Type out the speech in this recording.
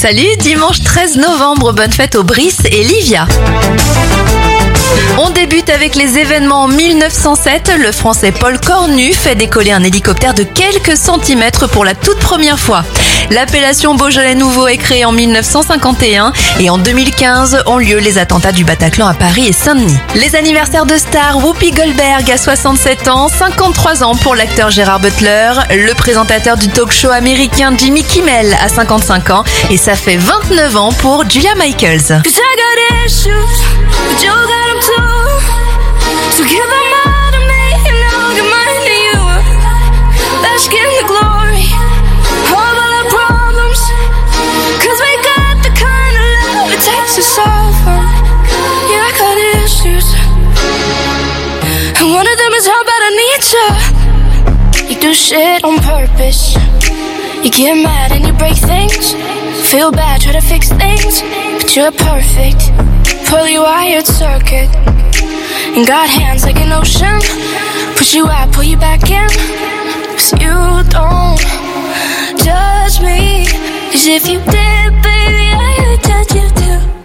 Salut, dimanche 13 novembre, bonne fête aux Brice et Livia. On débute avec les événements en 1907. Le Français Paul Cornu fait décoller un hélicoptère de quelques centimètres pour la toute première fois. L'appellation Beaujolais Nouveau est créée en 1951 et en 2015 ont lieu les attentats du Bataclan à Paris et Saint-Denis. Les anniversaires de stars: Whoopi Goldberg à 67 ans, 53 ans pour l'acteur Gérard Butler, le présentateur du talk-show américain Jimmy Kimmel à 55 ans et ça fait 29 ans pour Julia Michaels. So give them all to me and I'll give mine to you. Bask in the glory of all our problems, 'cause we got the kind of love it takes to solve them. Yeah, I got issues, and one of them is how bad I need you. You do shit on purpose. You get mad and you break things. Feel bad, try to fix things, but you're perfect. Poorly wired circuit. And got hands like an ocean. Push you out, pull you back in. 'Cause you don't judge me. 'Cause if you did, baby, I would judge you too.